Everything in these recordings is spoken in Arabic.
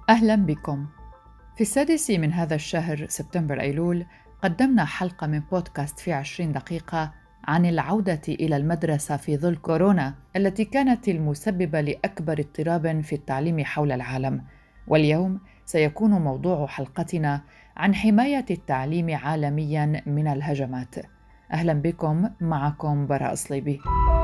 أهلا بكم. في 6 من هذا الشهر سبتمبر أيلول قدمنا حلقة من بودكاست في 20 دقيقة عن العودة إلى المدرسة في ظل كورونا التي كانت المسببة لأكبر اضطراب في التعليم حول العالم. واليوم سيكون موضوع حلقتنا عن حماية التعليم عالمياً من الهجمات. أهلا بكم، معكم براء صليبي.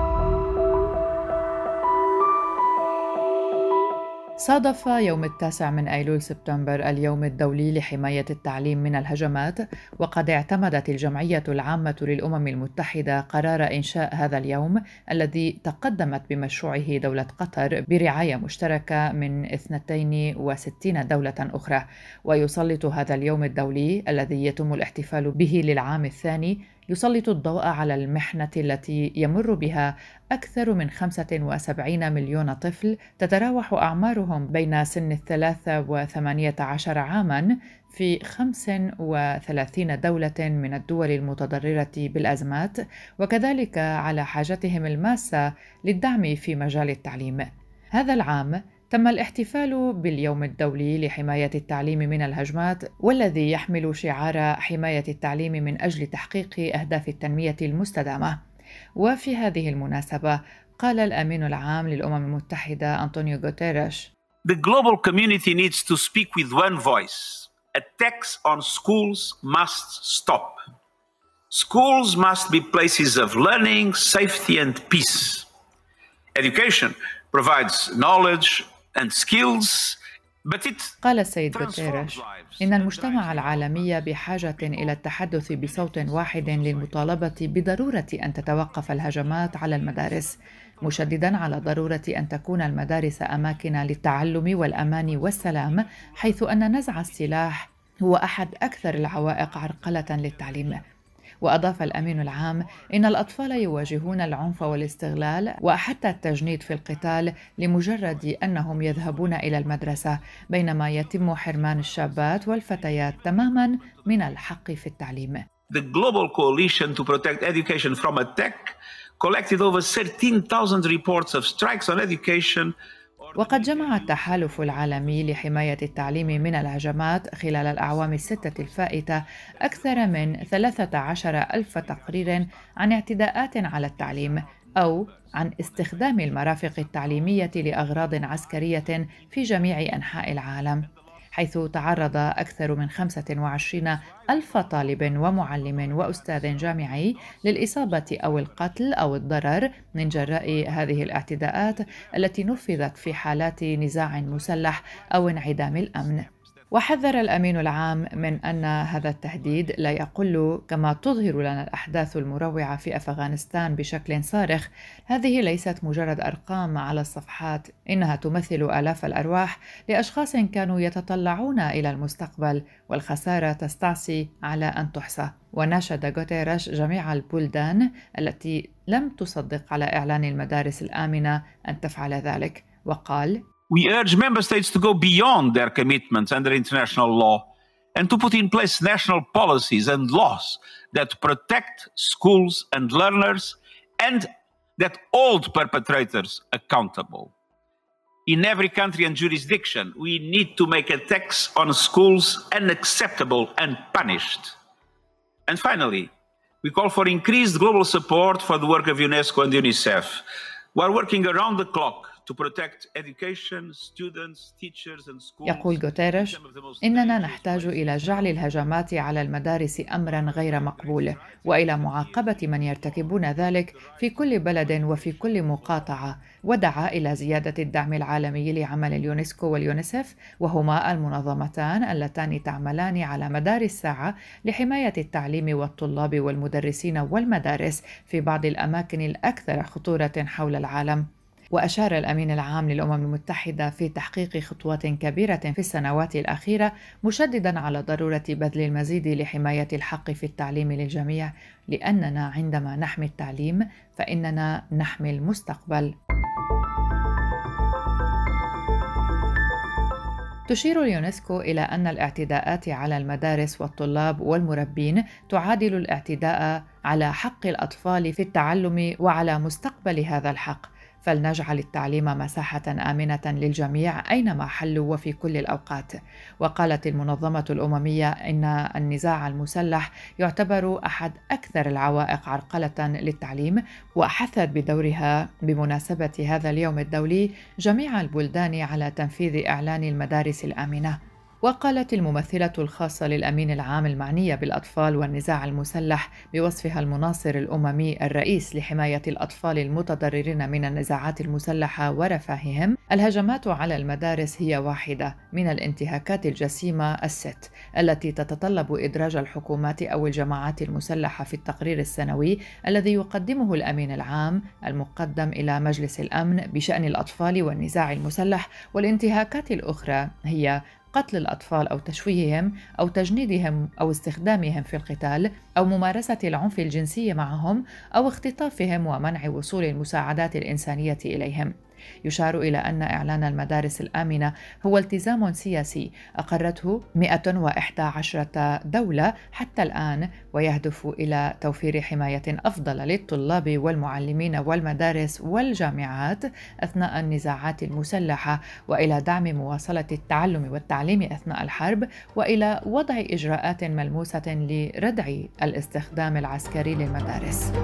صادف يوم 9 من أيلول سبتمبر اليوم الدولي لحماية التعليم من الهجمات، وقد اعتمدت الجمعية العامة للأمم المتحدة قرار إنشاء هذا اليوم الذي تقدمت بمشروعه دولة قطر برعاية مشتركة من 62 دولة أخرى. ويسلط هذا اليوم الدولي الذي يتم الاحتفال به للعام الثاني يسلط الضوء على المحنة التي يمر بها أكثر من 75 مليون طفل تتراوح أعمارهم بين سن 3 و18 عاماً في 35 دولة من الدول المتضررة بالأزمات، وكذلك على حاجتهم الماسة للدعم في مجال التعليم. هذا العام تم الاحتفال باليوم الدولي لحماية التعليم من الهجمات، والذي يحمل شعار حماية التعليم من أجل تحقيق أهداف التنمية المستدامة. وفي هذه المناسبة قال الأمين العام للأمم المتحدة أنطونيو غوتيريش: The global community needs to speak with one voice. Attacks on schools must stop. Schools must be places of learning, safety and peace. Education provides knowledge and skills. قال السيد غوتيريش إن المجتمع العالمي بحاجة إلى التحدث بصوت واحد للمطالبة بضرورة أن تتوقف الهجمات على المدارس، مشدداً على ضرورة أن تكون المدارس أماكن للتعلم والأمان والسلام، حيث أن نزع السلاح هو أحد أكثر العوائق عرقلة للتعليم. وأضاف الأمين العام إن الأطفال يواجهون العنف والاستغلال وحتى التجنيد في القتال لمجرد أنهم يذهبون إلى المدرسة، بينما يتم حرمان الشابات والفتيات تماماً من الحق في التعليم. The Global Coalition to Protect Education from Attack collected over 13,000 reports of strikes on education. وقد جمع التحالف العالمي لحماية التعليم من الهجمات خلال الأعوام ال6 الفائتة أكثر من 13,000 تقرير عن اعتداءات على التعليم أو عن استخدام المرافق التعليمية لأغراض عسكرية في جميع أنحاء العالم، حيث تعرض أكثر من 25,000 طالب ومعلم وأستاذ جامعي للإصابة أو القتل أو الضرر من جراء هذه الاعتداءات التي نفذت في حالات نزاع مسلح أو انعدام الأمن. وحذر الأمين العام من أن هذا التهديد لا يقل كما تظهر لنا الأحداث المروعة في أفغانستان بشكل صارخ. هذه ليست مجرد أرقام على الصفحات، إنها تمثل آلاف الأرواح لأشخاص كانوا يتطلعون إلى المستقبل، والخسارة تستعصي على أن تحصى. وناشد غوتيريش جميع البلدان التي لم تصدق على إعلان المدارس الآمنة أن تفعل ذلك، وقال: We urge member states to go beyond their commitments under international law and to put in place national policies and laws that protect schools and learners and that hold perpetrators accountable. In every country and jurisdiction, we need to make attacks on schools unacceptable and punished. And finally, we call for increased global support for the work of UNESCO and UNICEF, who are working around the clock to protect education, students, teachers and schools. يقول غوتيريش: إننا نحتاج إلى جعل الهجمات على المدارس أمراً غير مقبول، وإلى معاقبة من يرتكبون ذلك في كل بلد وفي كل مقاطعة، ودعا إلى زيادة الدعم العالمي لعمل اليونسكو واليونيسف، وهما المنظمتان اللتان تعملان على مدار الساعة لحماية التعليم والطلاب والمدرسين والمدارس في بعض الأماكن الأكثر خطورة حول العالم. وأشار الأمين العام للأمم المتحدة في تحقيق خطوات كبيرة في السنوات الأخيرة، مشدداً على ضرورة بذل المزيد لحماية الحق في التعليم للجميع، لأننا عندما نحمي التعليم فإننا نحمي المستقبل. تشير اليونسكو إلى أن الاعتداءات على المدارس والطلاب والمربين تعادل الاعتداء على حق الأطفال في التعلم وعلى مستقبل هذا الحق، فلنجعل التعليم مساحة آمنة للجميع أينما حلوا وفي كل الأوقات. وقالت المنظمة الأممية إن النزاع المسلح يعتبر أحد أكثر العوائق عرقلة للتعليم، وحثت بدورها بمناسبة هذا اليوم الدولي جميع البلدان على تنفيذ إعلان المدارس الآمنة. وقالت الممثلة الخاصة للأمين العام المعنية بالأطفال والنزاع المسلح بوصفها المناصر الأممي الرئيس لحماية الأطفال المتضررين من النزاعات المسلحة ورفاههم: الهجمات على المدارس هي واحدة من الانتهاكات الجسيمة الست التي تتطلب إدراج الحكومات أو الجماعات المسلحة في التقرير السنوي الذي يقدمه الأمين العام المقدم إلى مجلس الأمن بشأن الأطفال والنزاع المسلح. والانتهاكات الأخرى هي قتل الأطفال أو تشويههم أو تجنيدهم أو استخدامهم في القتال أو ممارسة العنف الجنسي معهم أو اختطافهم ومنع وصول المساعدات الإنسانية إليهم. يشار إلى أن إعلان المدارس الآمنة هو التزام سياسي أقرته 111 دولة حتى الآن، ويهدف إلى توفير حماية أفضل للطلاب والمعلمين والمدارس والجامعات أثناء النزاعات المسلحة، وإلى دعم مواصلة التعلم والتعليم أثناء الحرب، وإلى وضع إجراءات ملموسة لردع الاستخدام العسكري للمدارس.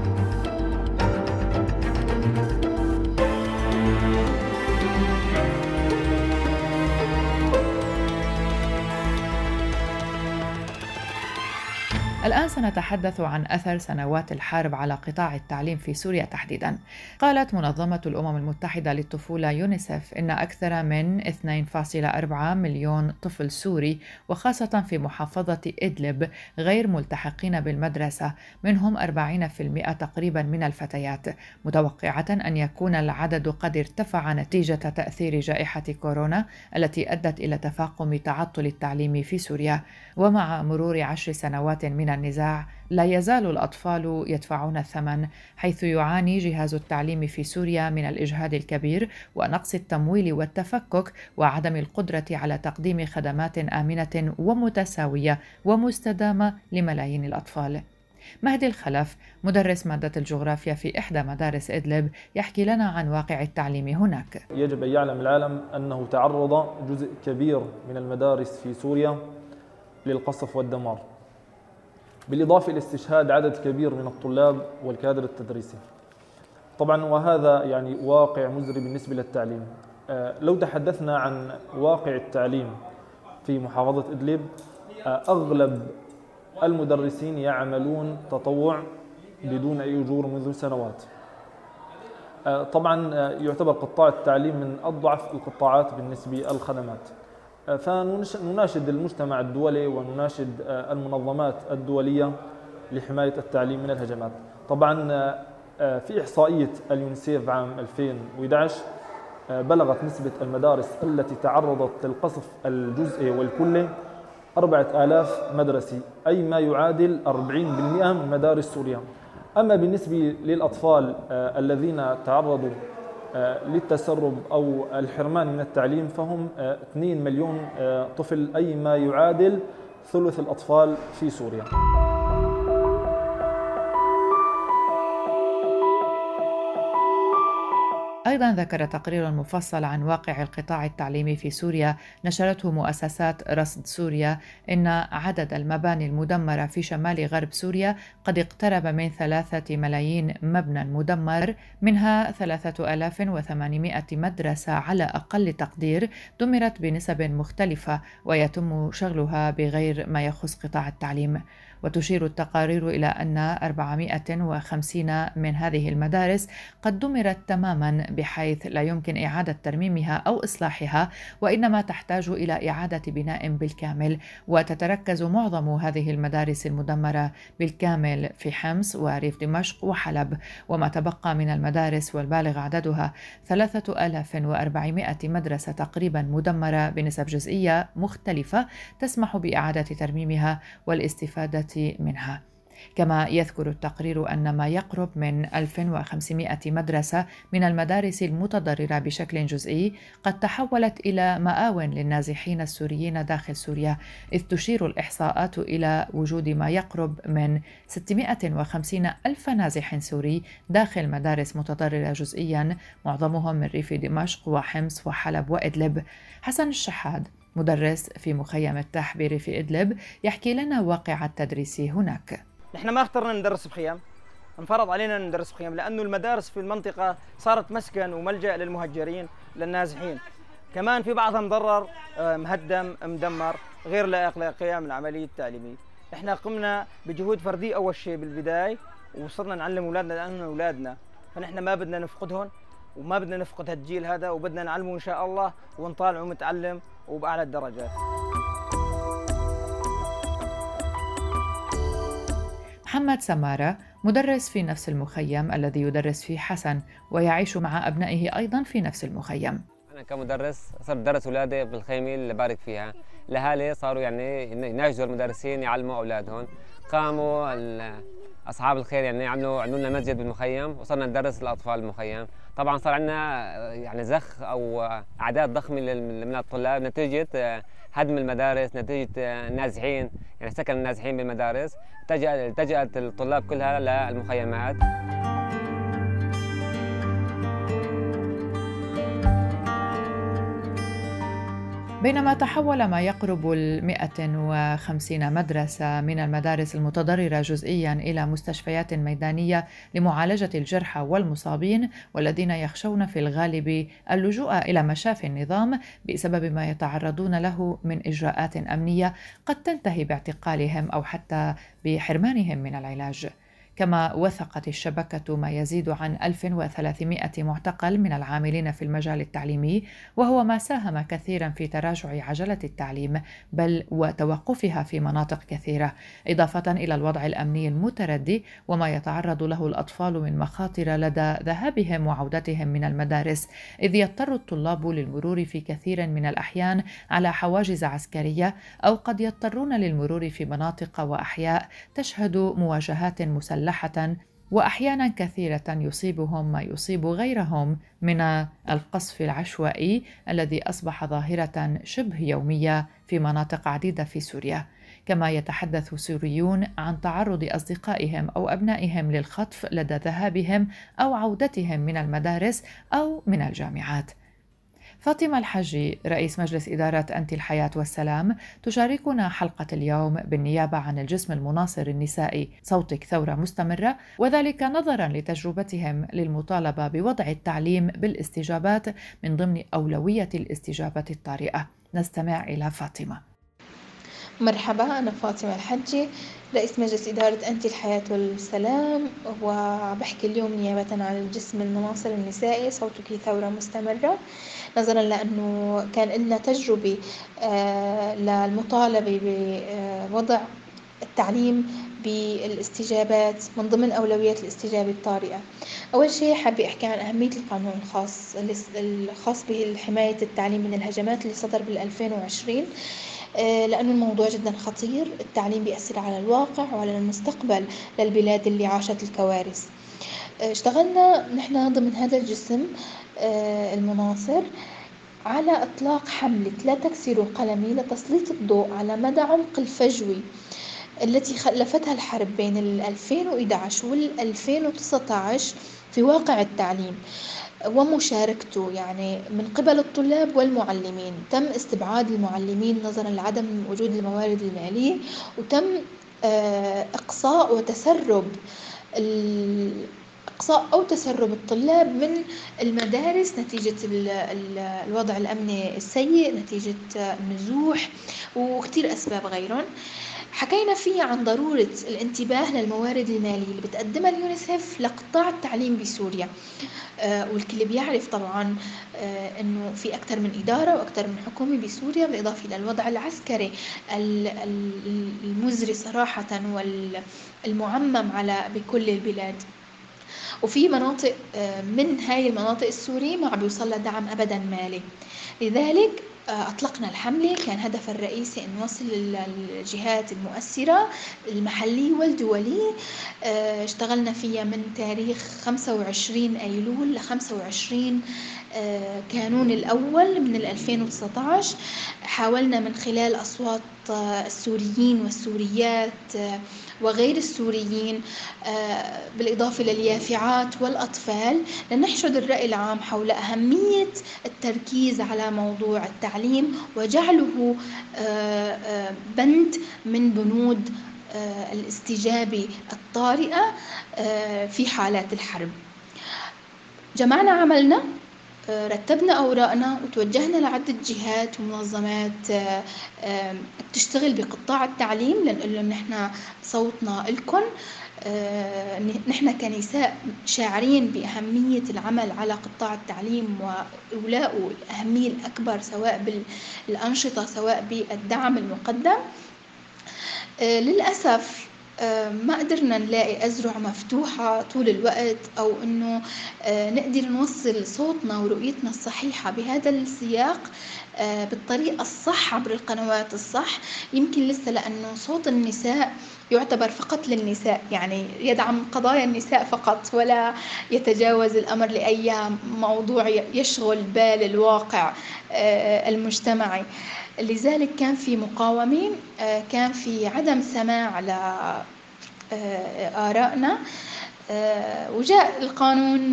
الآن سنتحدث عن أثر سنوات الحرب على قطاع التعليم في سوريا تحديداً. قالت منظمة الأمم المتحدة للطفولة يونيسف إن أكثر من 2.4 مليون طفل سوري وخاصة في محافظة إدلب غير ملتحقين بالمدرسة، منهم 40% تقريباً من الفتيات، متوقعة أن يكون العدد قد ارتفع نتيجة تأثير جائحة كورونا التي أدت إلى تفاقم تعطل التعليم في سوريا. ومع مرور 10 سنوات من النزاع لا يزال الأطفال يدفعون الثمن، حيث يعاني جهاز التعليم في سوريا من الإجهاد الكبير ونقص التمويل والتفكك وعدم القدرة على تقديم خدمات آمنة ومتساوية ومستدامة لملايين الأطفال. مهدي الخلف مدرس مادة الجغرافيا في إحدى مدارس إدلب يحكي لنا عن واقع التعليم هناك. يجب أن يعلم العالم أنه تعرض جزء كبير من المدارس في سوريا للقصف والدمار، بالإضافة إلى استشهاد عدد كبير من الطلاب والكادر التدريسي. طبعا وهذا يعني واقع مزري بالنسبة للتعليم. لو تحدثنا عن واقع التعليم في محافظة إدلب، أغلب المدرسين يعملون تطوع بدون أي أجور منذ سنوات. طبعا يعتبر قطاع التعليم من أضعف القطاعات بالنسبة للخدمات، فنناشد المجتمع الدولي ونناشد المنظمات الدولية لحماية التعليم من الهجمات. طبعا في إحصائية اليونيسيف عام 2011 بلغت نسبة المدارس التي تعرضت للقصف الجزئي والكلي 4000 مدرسة، أي ما يعادل 40% من مدارس سوريا. أما بالنسبة للأطفال الذين تعرضوا للتسرب أو الحرمان من التعليم فهم 2 مليون طفل، أي ما يعادل ثلث الأطفال في سوريا. أيضاً ذكر تقرير مفصل عن واقع القطاع التعليمي في سوريا نشرته مؤسسات رصد سوريا إن عدد المباني المدمرة في شمال غرب سوريا قد اقترب من 3 ملايين مبنى مدمر، منها 3800 مدرسة على أقل تقدير دمرت بنسب مختلفة ويتم شغلها بغير ما يخص قطاع التعليم. وتشير التقارير إلى أن 450 من هذه المدارس قد دمرت تماماً، بحيث لا يمكن إعادة ترميمها أو إصلاحها، وإنما تحتاج إلى إعادة بناء بالكامل. وتتركز معظم هذه المدارس المدمرة بالكامل في حمص وريف دمشق وحلب، وما تبقى من المدارس والبالغ عددها 3400 مدرسة تقريباً مدمرة بنسب جزئية مختلفة تسمح بإعادة ترميمها والاستفادة منها. كما يذكر التقرير أن ما يقرب من 1500 مدرسة من المدارس المتضررة بشكل جزئي قد تحولت إلى مآوٍ للنازحين السوريين داخل سوريا، إذ تشير الإحصاءات إلى وجود ما يقرب من 650 ألف نازح سوري داخل مدارس متضررة جزئياً، معظمهم من ريف دمشق وحمص وحلب وإدلب. حسن الشحاد مدرس في مخيم التحبير في إدلب يحكي لنا واقع التدريس هناك. نحن ما اخترنا ندرس بخيام، انفرض علينا ندرس بخيام لأنه المدارس في المنطقة صارت مسكن وملجأ للمهجرين للنازحين. كمان في بعضها مضرر، مهدم، مدمر، غير لائق لقيام العملية التعليمية. احنا قمنا بجهود فردية أول شيء بالبداية، وصرنا نعلم أولادنا لأنهم أولادنا، فنحن ما بدنا نفقدهم وما بدنا نفقد هالجيل هذا، وبدنا نعلمه إن شاء الله ونطالعه متعلم وبأعلى الدرجات. محمد سمارة مدرس في نفس المخيم الذي يدرس فيه حسن، ويعيش مع أبنائه أيضاً في نفس المخيم. أنا كمدرس صرت درس أولادي بالخيمة اللي بارك فيها. الأهالي صاروا يعني يناشدوا المدرسين يعلموا أولادهم. قاموا أصحاب الخير يعني عملوا لنا مسجد بالمخيم، وصرنا ندرس الأطفال بالمخيم. طبعاً صار عندنا يعني زخ أو أعداد ضخمة من الطلاب نتيجة هدم المدارس، نتيجة النازحين، يعني سكن النازحين بالمدارس. التجأت الطلاب كلها للمخيمات. بينما تحول ما يقرب 150 مدرسة من المدارس المتضررة جزئياً إلى مستشفيات ميدانية لمعالجة الجرحى والمصابين والذين يخشون في الغالب اللجوء إلى مشافي النظام بسبب ما يتعرضون له من إجراءات أمنية قد تنتهي باعتقالهم أو حتى بحرمانهم من العلاج. كما وثقت الشبكة ما يزيد عن 1300 معتقل من العاملين في المجال التعليمي، وهو ما ساهم كثيرا في تراجع عجلة التعليم بل وتوقفها في مناطق كثيرة، إضافة إلى الوضع الأمني المتردي وما يتعرض له الأطفال من مخاطر لدى ذهابهم وعودتهم من المدارس، إذ يضطر الطلاب للمرور في كثير من الأحيان على حواجز عسكرية، أو قد يضطرون للمرور في مناطق وأحياء تشهد مواجهات مسلحة، وأحيانا كثيرة يصيبهم ما يصيب غيرهم من القصف العشوائي الذي أصبح ظاهرة شبه يومية في مناطق عديدة في سوريا. كما يتحدث سوريون عن تعرض أصدقائهم أو أبنائهم للخطف لدى ذهابهم أو عودتهم من المدارس أو من الجامعات. فاطمة الحجي رئيس مجلس إدارة أنت الحياة والسلام تشاركنا حلقة اليوم بالنيابة عن الجسم المناصر النسائي صوتك ثورة مستمرة، وذلك نظرا لتجربتهم للمطالبة بوضع التعليم بالاستجابات من ضمن أولوية الاستجابة الطارئة. نستمع إلى فاطمة. مرحبا، أنا فاطمة الحجي رئيس مجلس إدارة أنت الحياة والسلام، وبحكي اليوم نيابة عن الجسم المناصر النسائي صوتك ثورة مستمرة، نظرا لأنه كان لنا تجربة للمطالبة بوضع التعليم بالاستجابات من ضمن أولويات الاستجابة الطارئة. أول شيء حابة أحكي عن أهمية القانون الخاص بحماية التعليم من الهجمات اللي صدر بال2020، لأنه الموضوع جدا خطير. التعليم بيأثر على الواقع وعلى المستقبل للبلاد اللي عاشت الكوارث. اشتغلنا نحن ضمن هذا الجسم المناصر على إطلاق حملة لا تكسروا قلمي لتسليط الضوء على مدى عمق الفجوة التي خلفتها الحرب بين 2011 وال2019 في واقع التعليم ومشاركته، يعني من قبل الطلاب والمعلمين. تم استبعاد المعلمين نظرا لعدم وجود الموارد المالية، وتم إقصاء أو تسرب الطلاب من المدارس نتيجة الوضع الأمني السيء، نتيجة النزوح وكتير أسباب غيرهم. حكينا فيه عن ضرورة الانتباه للموارد المالية اللي بتقدمها اليونيسف لقطاع التعليم بسوريا، والكل بيعرف طبعا انه في اكثر من اداره واكثر من حكومه بسوريا، بالاضافه الى الوضع العسكري المزري صراحه والمعمم بكل البلاد. وفي مناطق من هاي المناطق السورية ما عم بيوصل لها دعم ابدا مالي، لذلك أطلقنا الحملة. كان هدف الرئيسي أن نوصل للجهات المؤثرة المحلية والدولية. اشتغلنا فيها من تاريخ 25 أيلول ل 25 كانون الأول من 2019. حاولنا من خلال أصوات السوريين والسوريات وغير السوريين بالإضافة لليافعات والأطفال لنحشد الرأي العام حول أهمية التركيز على موضوع التعليم وجعله بند من بنود الاستجابة الطارئة في حالات الحرب. جمعنا عملنا، رتبنا أوراقنا وتوجهنا لعدة جهات ومنظمات بتشتغل بقطاع التعليم لنقول لهم نحن صوتنا لكم. نحن كنساء شاعرين بأهمية العمل على قطاع التعليم وولاءه الأهمية الأكبر سواء بالأنشطة سواء بالدعم المقدم. للأسف ما قدرنا نلاقي أزرع مفتوحة طول الوقت أو أنه نقدر نوصل صوتنا ورؤيتنا الصحيحة بهذا السياق بالطريقة الصح عبر القنوات الصح. يمكن لسه لأنه صوت النساء يعتبر فقط للنساء، يعني يدعم قضايا النساء فقط ولا يتجاوز الأمر لأي موضوع يشغل بال الواقع المجتمعي. لذلك كان في مقاومة، كان في عدم سماع لآرائنا، وجاء القانون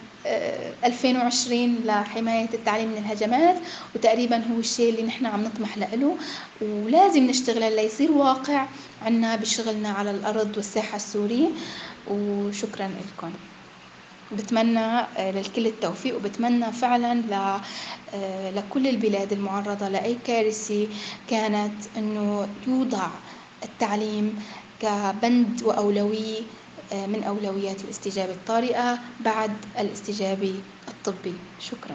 2020 لحماية التعليم من الهجمات، وتقريبا هو الشيء اللي نحن عم نطمح له ولازم نشتغل ليصير واقع عنا بشغلنا على الأرض والساحة السورية. وشكرا لكم، بتمنى للكل التوفيق، وبتمنى فعلا لكل البلاد المعرضة لأي كارثة كانت أنه يوضع التعليم كبند وأولوية من أولويات الاستجابة الطارئة بعد الاستجابة الطبي. شكرا.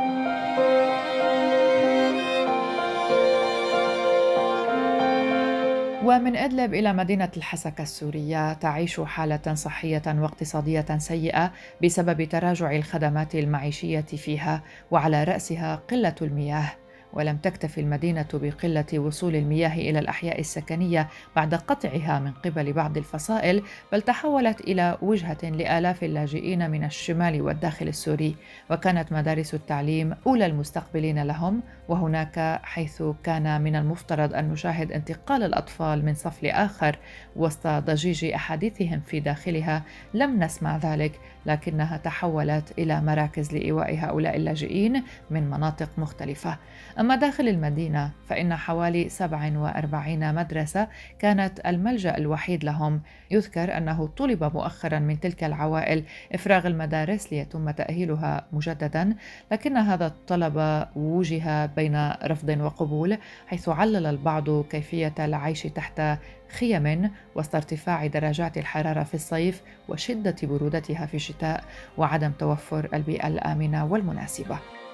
ومن إدلب إلى مدينة الحسكة السورية تعيش حالة صحية واقتصادية سيئة بسبب تراجع الخدمات المعيشية فيها، وعلى رأسها قلة المياه. ولم تكتفي المدينة بقلة وصول المياه إلى الأحياء السكنية بعد قطعها من قبل بعض الفصائل، بل تحولت إلى وجهة لآلاف اللاجئين من الشمال والداخل السوري، وكانت مدارس التعليم أولى المستقبلين لهم. وهناك حيث كان من المفترض أن نشاهد انتقال الأطفال من صف لآخر وسط ضجيج أحاديثهم في داخلها، لم نسمع ذلك، لكنها تحولت إلى مراكز لإيواء هؤلاء اللاجئين من مناطق مختلفة. أما داخل المدينة فإن حوالي 47 مدرسة كانت الملجأ الوحيد لهم. يذكر أنه طلب مؤخرا من تلك العوائل إفراغ المدارس ليتم تأهيلها مجددا، لكن هذا الطلب وجه بين رفض وقبول، حيث علل البعض كيفية العيش تحت خيم وسط ارتفاع درجات الحرارة في الصيف وشدة برودتها في الشتاء وعدم توفر البيئة الآمنة والمناسبة.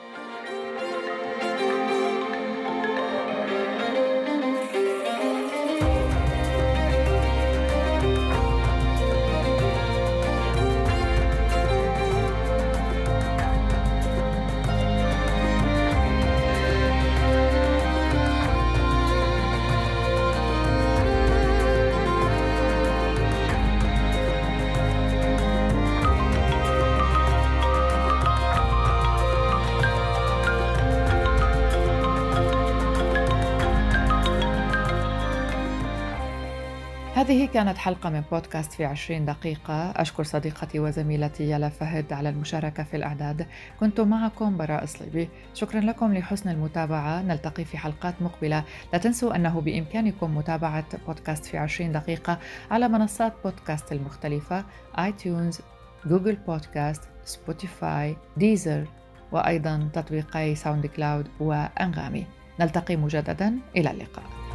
هذه كانت حلقة من بودكاست في 20 دقيقة. أشكر صديقتي وزميلتي يلا فهد على المشاركة في الإعداد. كنت معكم براء صليبي. شكرا لكم لحسن المتابعة. نلتقي في حلقات مقبلة. لا تنسوا أنه بإمكانكم متابعة بودكاست في 20 دقيقة على منصات بودكاست المختلفة: آيتيونز، جوجل بودكاست، سبوتيفاي، ديزر، وأيضا تطبيقي ساوند كلاود وأنغامي. نلتقي مجددا. إلى اللقاء.